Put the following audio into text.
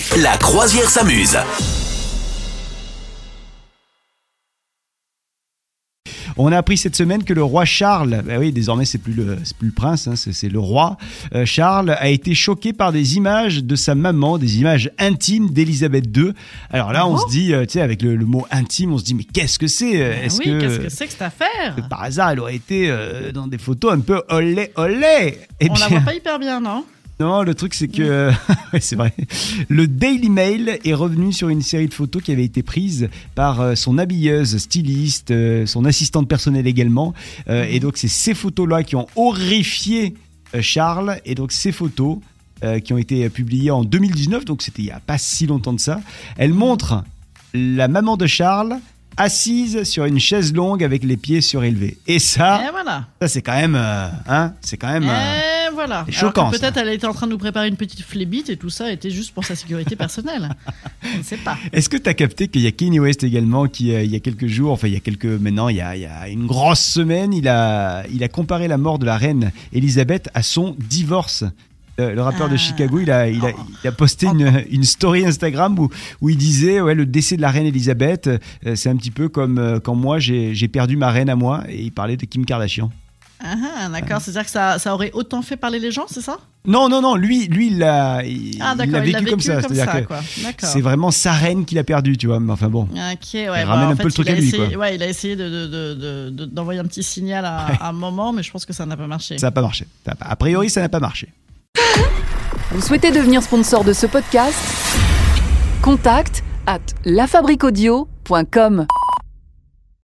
La croisière s'amuse. On a appris cette semaine que le roi Charles, oui, désormais c'est plus le prince, hein, c'est le roi, Charles a été choqué par des images de sa maman, des images intimes d'Élisabeth II. Alors là, on se dit, tu sais, avec le mot intime, on se dit, mais qu'est-ce que c'est qu'est-ce que c'est que cette affaire? Par hasard, elle aurait été dans des photos un peu olé olé. On la voit pas hyper bien, non? Non, le truc c'est que, c'est vrai, le Daily Mail est revenu sur une série de photos qui avait été prise par son habilleuse, styliste, son assistante personnelle également. Et donc c'est ces photos-là qui ont horrifié Charles. Et donc ces photos qui ont été publiées en 2019, donc c'était il n'y a pas si longtemps de ça. Elles montrent la maman de Charles assise sur une chaise longue avec les pieds surélevés. Et ça, voilà. Ça c'est quand même, c'est quand même voilà. choquant. Alors que peut-être elle était en train de nous préparer une petite flébite et tout ça était juste pour sa sécurité personnelle. On ne sait pas. Est-ce que tu as capté qu'il y a Kanye West également qui, il y a quelques jours, enfin il y a une grosse semaine, il a comparé la mort de la reine Elisabeth à son divorce. Le rappeur de Chicago, il a posté une story Instagram où il disait le décès de la reine Elisabeth, c'est un petit peu comme quand moi j'ai perdu ma reine à moi, et il parlait de Kim Kardashian. D'accord, c'est-à-dire que ça aurait autant fait parler les gens, c'est ça? Non, lui il l'a vécu comme ça, c'est-à-dire que c'est vraiment sa reine qu'il a perdue, tu vois, mais enfin bon. Ok, ouais, il ramène un peu le truc à lui, quoi. Ouais, il a essayé d'envoyer un petit signal à un moment, mais je pense que ça n'a pas marché. Ça n'a pas marché. A priori, ça n'a pas marché. Vous souhaitez devenir sponsor de ce podcast ? Contact @lafabriquaudio.com